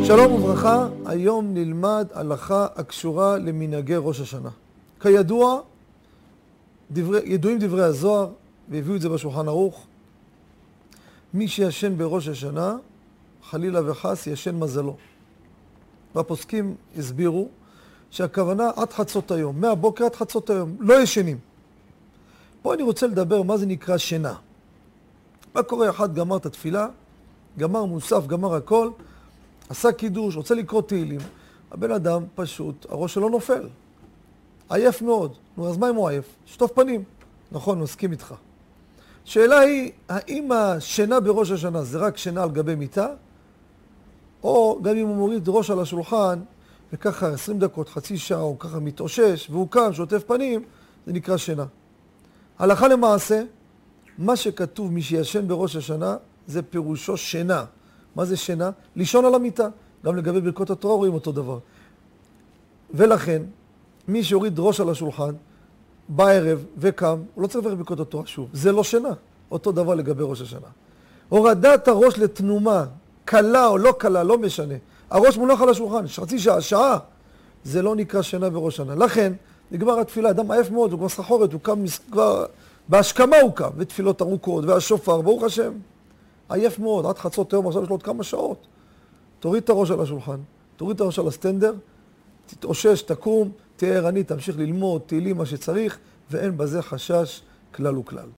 שלום וברכה, היום נלמד הלכה הקשורה למנהגי ראש השנה. כידוע, ידועים דברי הזוהר, והביאו את זה בשולחן ערוך. מי שישן בראש השנה, חלילה וחס, ישן מזלו. והפוסקים הסבירו שהכוונה עד חצות היום, מהבוקר עד חצות היום, לא ישנים. פה אני רוצה לדבר מה זה נקרא שינה. מה קורה? אחד גמר את התפילה, גמר מוסף, גמר הכל, עשה קידוש, רוצה לקרוא תהילים. הבן אדם פשוט, הראש שלו נופל. עייף מאוד. נו, אז מה אם הוא עייף? שטוף פנים. נכון, מסכים איתך. שאלה היא, האם השינה בראש השנה זה רק שינה על גבי מיטה? או גם אם הוא מוריד ראש על השולחן, וככה 20 דקות, חצי שעה, או ככה מתאושש, והוא קם, שוטף פנים, זה נקרא שינה. הלכה למעשה, מה שכתוב מי שישן בראש השנה, זה פירושו שינה. מה זה שינה? לישון על המיטה. גם לגבי ברכות התורה רואים אותו דבר. ולכן, מי שהוריד ראש על השולחן, בערב וקם, הוא לא צריך לברך ברכות התורה שוב. זה לא שינה. אותו דבר לגבי ראש השנה. הורדת הראש לתנומה, קלה או לא קלה, לא משנה. הראש מונח על השולחן, חצי שעה, שעה. זה לא נקרא שינה בראש השנה. לכן, נגמר התפילה, אדם עייף מאוד, הוא כבר סחורת, הוא קם כבר, בהשכמה הוא קם, ותפילות ארוכות, והשופר, ברוך השם. עייף מאוד, עד חצות היום, עכשיו יש לו עוד כמה שעות. תוריד את הראש על השולחן, תוריד את הראש על הסטנדר, תתאושש, תקום, תהיה ערני, תמשיך ללמוד, תהילים מה שצריך, ואין בזה חשש כלל וכלל.